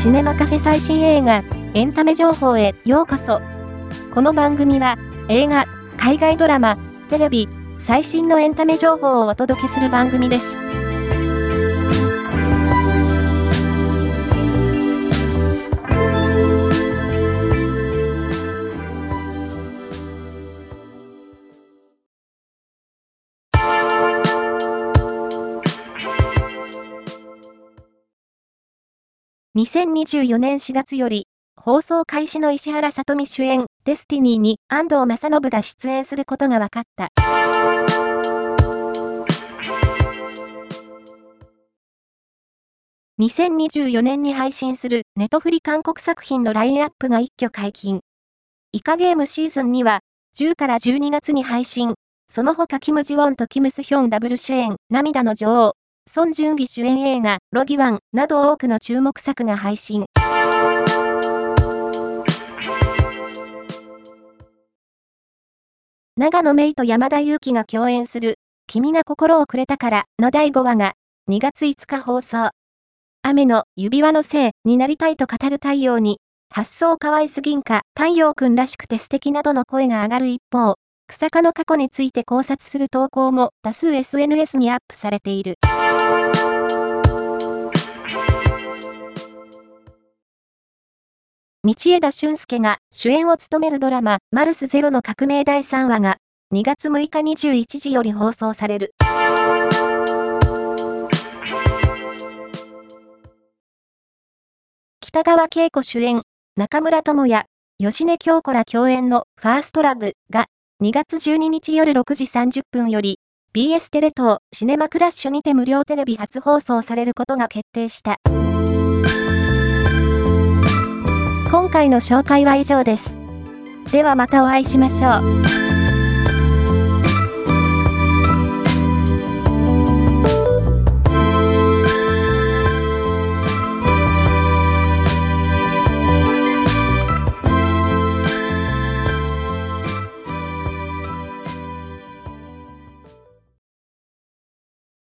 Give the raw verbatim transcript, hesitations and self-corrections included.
シネマカフェ最新映画、エンタメ情報へようこそ。この番組は、映画、海外ドラマ、テレビ、最新のエンタメ情報をお届けする番組です。にせんにじゅうよねんしがつより、放送開始の石原さとみ主演、デスティニーに安藤政信が出演することが分かった。にせんにじゅうよねんに配信するネトフリ韓国作品のラインナップが一挙解禁。イカゲームシーズンには、じゅうからじゅうにがつに配信。その他キム・ジウォンとキム・スヒョンダブル主演、涙の女王。ソン・ジュンギ主演映画、ロギワンなど多くの注目作が配信。永野芽郁と山田裕貴が共演する、君が心をくれたからのだいごわが、にがついつか放送。雨の指輪のせいになりたいと語る太陽に、発想可愛すぎんか、太陽くんらしくて素敵などの声が上がる一方、日下の過去について考察する投稿も多数 エスエヌエス にアップされている。道枝駿佑が主演を務めるドラマ、マルスゼロの革命だいさんわがにがつむいかにじゅういちじより放送される。北川景子主演、中村倫也、芳根京子ら共演のファーストラブがにがつじゅうににち夜ろくじさんじゅっぷんより ビーエス テレ東シネマクラッシュにて無料テレビ初放送されることが決定した。今回の紹介は以上です。ではまたお会いしましょう。